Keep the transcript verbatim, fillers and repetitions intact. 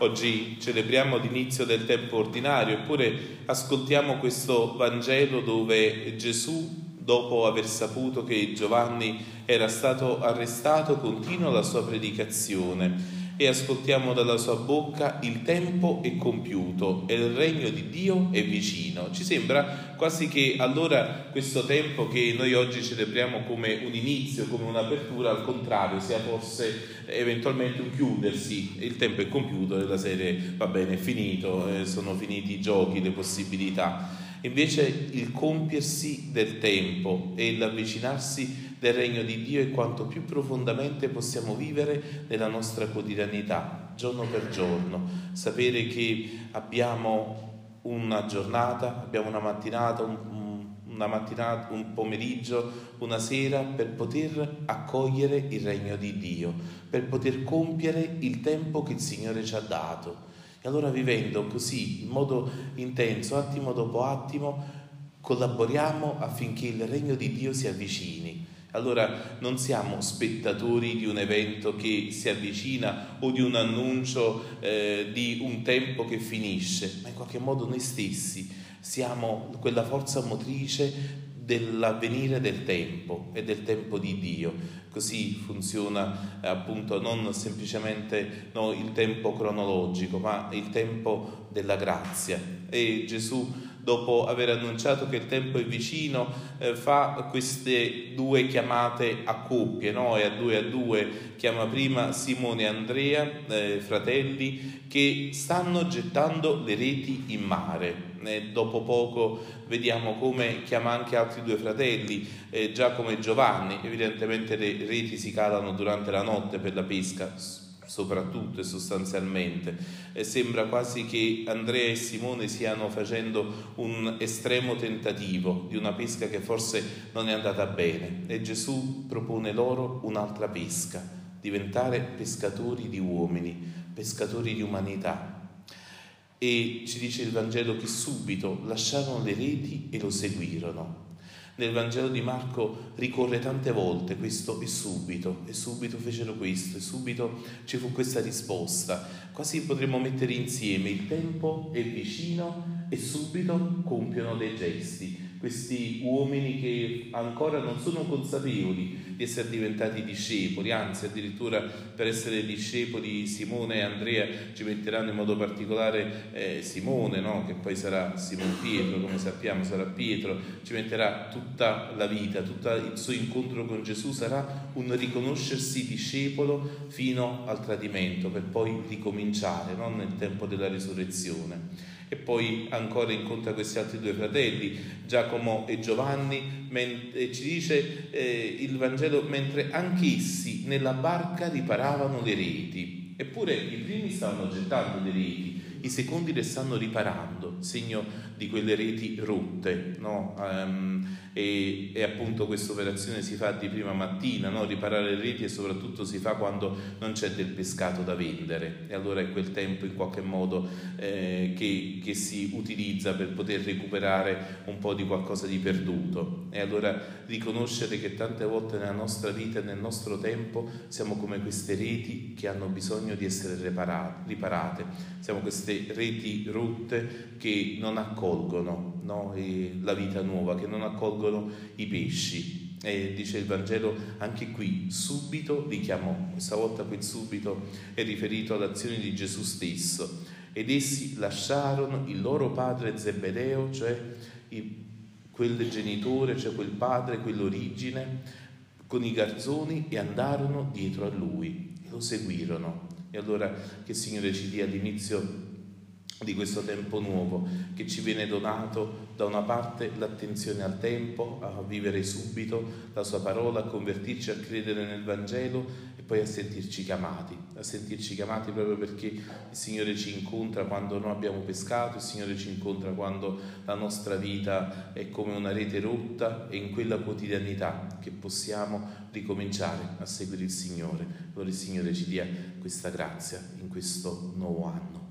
Oggi celebriamo l'inizio del tempo ordinario, eppure ascoltiamo questo Vangelo dove Gesù, dopo aver saputo che Giovanni era stato arrestato, continua la sua predicazione e ascoltiamo dalla sua bocca: il tempo è compiuto e il regno di Dio è vicino. Ci sembra quasi che allora questo tempo che noi oggi celebriamo come un inizio, come un'apertura, al contrario sia forse eventualmente un chiudersi. Il tempo è compiuto e la serie va bene, è finito, eh, sono finiti i giochi, le possibilità. Invece il compiersi del tempo e l'avvicinarsi del regno di Dio è quanto più profondamente possiamo vivere nella nostra quotidianità, giorno per giorno. Sapere che abbiamo una giornata, abbiamo una mattinata, un, una mattinata, un pomeriggio, una sera per poter accogliere il regno di Dio, per poter compiere il tempo che il Signore ci ha dato. E allora, vivendo così in modo intenso, attimo dopo attimo, collaboriamo affinché il regno di Dio si avvicini. Allora non siamo spettatori di un evento che si avvicina o di un annuncio eh, di un tempo che finisce, ma in qualche modo noi stessi siamo quella forza motrice dell'avvenire del tempo e del tempo di Dio. Così funziona eh, appunto non semplicemente no, il tempo cronologico, ma il tempo della grazia. E Gesù, dopo aver annunciato che il tempo è vicino, eh, fa queste due chiamate a coppie, no? E a due a due chiama prima Simone e Andrea, eh, fratelli, che stanno gettando le reti in mare. E dopo poco vediamo come chiama anche altri due fratelli, eh, Giacomo e Giovanni. Evidentemente le reti si calano durante la notte per la pesca, soprattutto e sostanzialmente. E sembra quasi che Andrea e Simone stiano facendo un estremo tentativo di una pesca che forse non è andata bene, e Gesù propone loro un'altra pesca: diventare pescatori di uomini, pescatori di umanità. E ci dice il Vangelo che subito lasciarono le reti e lo seguirono. Nel Vangelo di Marco ricorre tante volte questo "e subito", e subito fecero questo, e subito ci fu questa risposta. Quasi potremmo mettere insieme: il tempo è vicino e subito compiono dei gesti. Questi uomini che ancora non sono consapevoli di essere diventati discepoli, anzi addirittura per essere discepoli Simone e Andrea ci metteranno in modo particolare eh, Simone, no? Che poi sarà Simon Pietro, come sappiamo sarà Pietro, ci metterà tutta la vita, tutto il suo incontro con Gesù sarà un riconoscersi discepolo fino al tradimento, per poi ricominciare, no? Nel tempo della risurrezione. E poi ancora incontra questi altri due fratelli, Giacomo e Giovanni, e ci dice eh, il Vangelo: mentre anch'essi nella barca riparavano le reti. Eppure i primi stavano gettando le reti, i secondi le stanno riparando, segno di quelle reti rotte, no? Um, e, e appunto questa operazione si fa di prima mattina, no? Riparare le reti, e soprattutto si fa quando non c'è del pescato da vendere, e allora è quel tempo in qualche modo eh, che, che si utilizza per poter recuperare un po' di qualcosa di perduto. E allora riconoscere che tante volte nella nostra vita e nel nostro tempo siamo come queste reti che hanno bisogno di essere riparate, riparate. Siamo queste reti rotte che non accolgono, no? E la vita nuova, che non accolgono i pesci. E dice il Vangelo, anche qui subito li chiamò. Questa volta quel subito è riferito all'azione di Gesù stesso. Ed essi lasciarono il loro padre Zebedeo, cioè il, quel genitore, cioè quel padre, quell'origine, con i garzoni, e andarono dietro a lui e lo seguirono. E allora che il Signore ci dia all'inizio di questo tempo nuovo, che ci viene donato da una parte l'attenzione al tempo, a vivere subito la sua parola, a convertirci, a credere nel Vangelo, e poi a sentirci chiamati, a sentirci chiamati proprio perché il Signore ci incontra quando noi abbiamo pescato, il Signore ci incontra quando la nostra vita è come una rete rotta, e in quella quotidianità che possiamo ricominciare a seguire il Signore. Allora il Signore ci dia questa grazia in questo nuovo anno.